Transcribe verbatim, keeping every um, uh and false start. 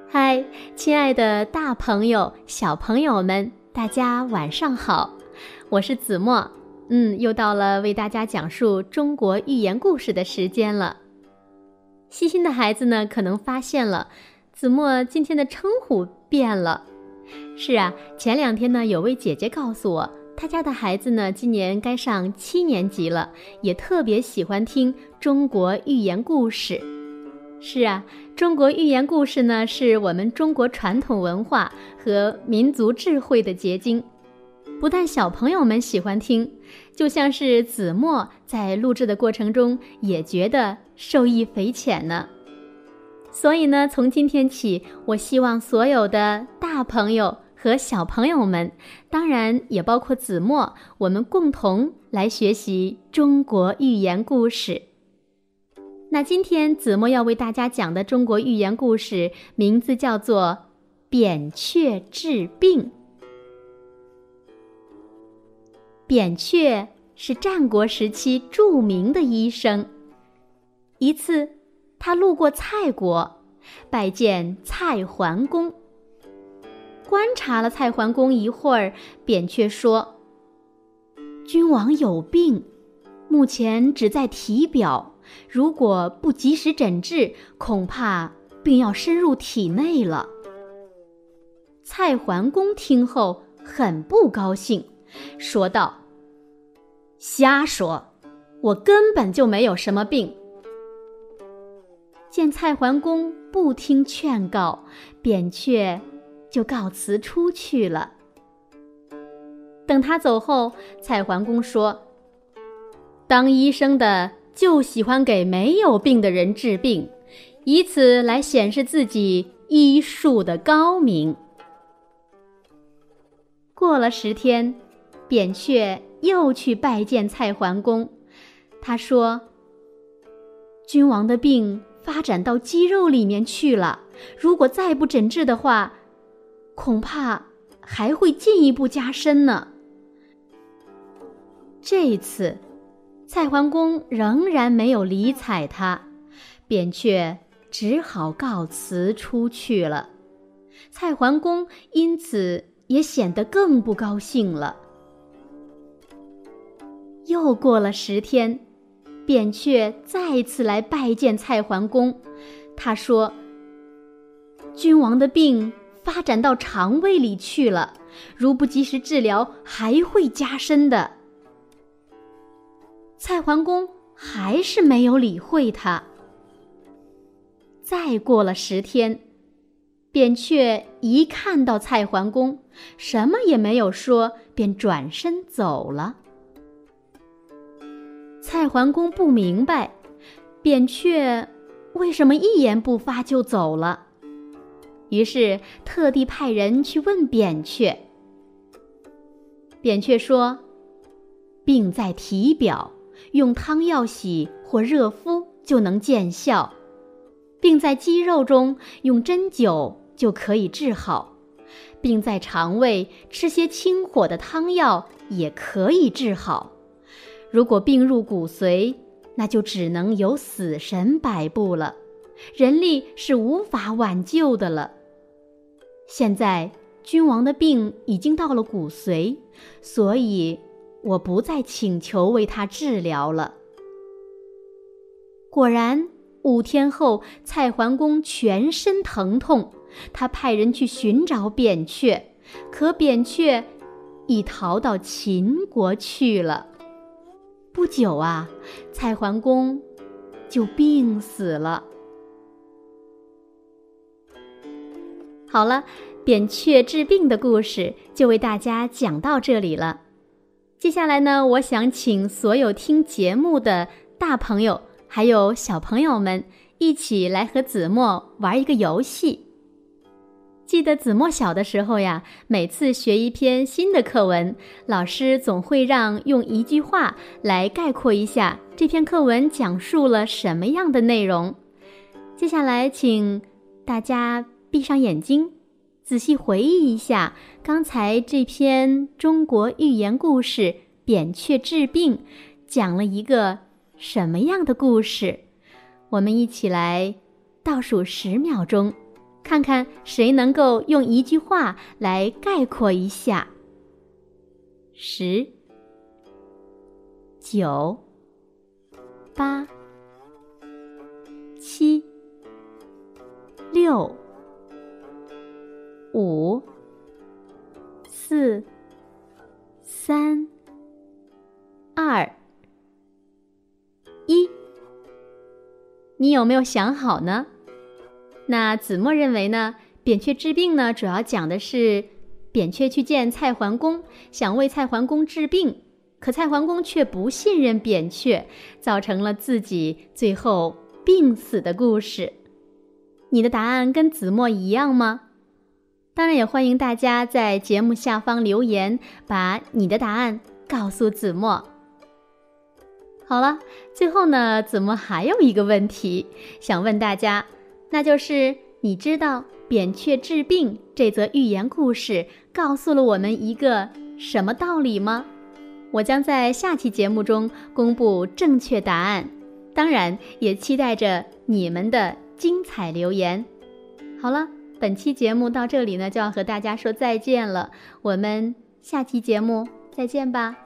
嗨，亲爱的大朋友、小朋友们，大家晚上好，我是子墨。嗯，又到了为大家讲述中国寓言故事的时间了。细心的孩子呢，可能发现了子墨今天的称呼变了。是啊，前两天呢，有位姐姐告诉我，她家的孩子呢，今年该上七年级了，也特别喜欢听中国寓言故事。是啊，中国寓言故事呢，是我们中国传统文化和民族智慧的结晶。不但小朋友们喜欢听，就像是子墨在录制的过程中也觉得受益匪浅呢。所以呢，从今天起，我希望所有的大朋友和小朋友们，当然也包括子墨，我们共同来学习中国寓言故事。那今天子墨要为大家讲的中国寓言故事名字叫做《扁鹊治病》。扁鹊是战国时期著名的医生。一次，他路过蔡国，拜见蔡桓公。观察了蔡桓公一会儿，扁鹊说：“君王有病，目前只在体表。如果不及时诊治，恐怕病要深入体内了。”蔡桓公听后很不高兴，说道：“瞎说，我根本就没有什么病。”见蔡桓公不听劝告，扁鹊就告辞出去了。等他走后，蔡桓公说：“当医生的就喜欢给没有病的人治病，以此来显示自己医术的高明。”过了十天，扁鹊又去拜见蔡桓公。他说：“君王的病发展到肌肉里面去了，如果再不诊治的话，恐怕还会进一步加深呢。”这次蔡桓公仍然没有理睬他，扁鹊只好告辞出去了。蔡桓公因此也显得更不高兴了。又过了十天，扁鹊再次来拜见蔡桓公。他说：“君王的病发展到肠胃里去了，如不及时治疗，还会加深的。”蔡桓公还是没有理会他。再过了十天，扁鹊一看到蔡桓公，什么也没有说，便转身走了。蔡桓公不明白，扁鹊为什么一言不发就走了，于是特地派人去问扁鹊。扁鹊说：“病在体表，用汤药洗或热敷就能见效；病在肌肉中，用针灸就可以治好；病在肠胃，吃些清火的汤药也可以治好。如果病入骨髓，那就只能由死神摆布了，人力是无法挽救的了。现在君王的病已经到了骨髓，所以我不再请求为他治疗了。”果然，五天后，蔡桓公全身疼痛，他派人去寻找扁鹊，可扁鹊已逃到秦国去了。不久啊，蔡桓公就病死了。好了，扁鹊治病的故事就为大家讲到这里了。接下来呢，我想请所有听节目的大朋友还有小朋友们一起来和子墨玩一个游戏。记得子墨小的时候呀，每次学一篇新的课文，老师总会让用一句话来概括一下这篇课文讲述了什么样的内容。接下来请大家闭上眼睛，仔细回忆一下刚才这篇中国寓言故事《扁鹊治病》讲了一个什么样的故事。我们一起来倒数十秒钟， 看看谁能够用一句话来概括一下。十、九、八、七、六、五、四、三、二、一。你有没有想好呢？那子墨认为呢，扁鹊治病呢，主要讲的是扁鹊去见蔡桓公，想为蔡桓公治病，可蔡桓公却不信任扁鹊，造成了自己最后病死的故事。你的答案跟子墨一样吗？当然也欢迎大家在节目下方留言，把你的答案告诉子墨。好了，最后呢，子墨还有一个问题想问大家，那就是你知道扁鹊治病这则寓言故事告诉了我们一个什么道理吗？我将在下期节目中公布正确答案，当然也期待着你们的精彩留言。好了，本期节目到这里呢，就要和大家说再见了，我们下期节目再见吧。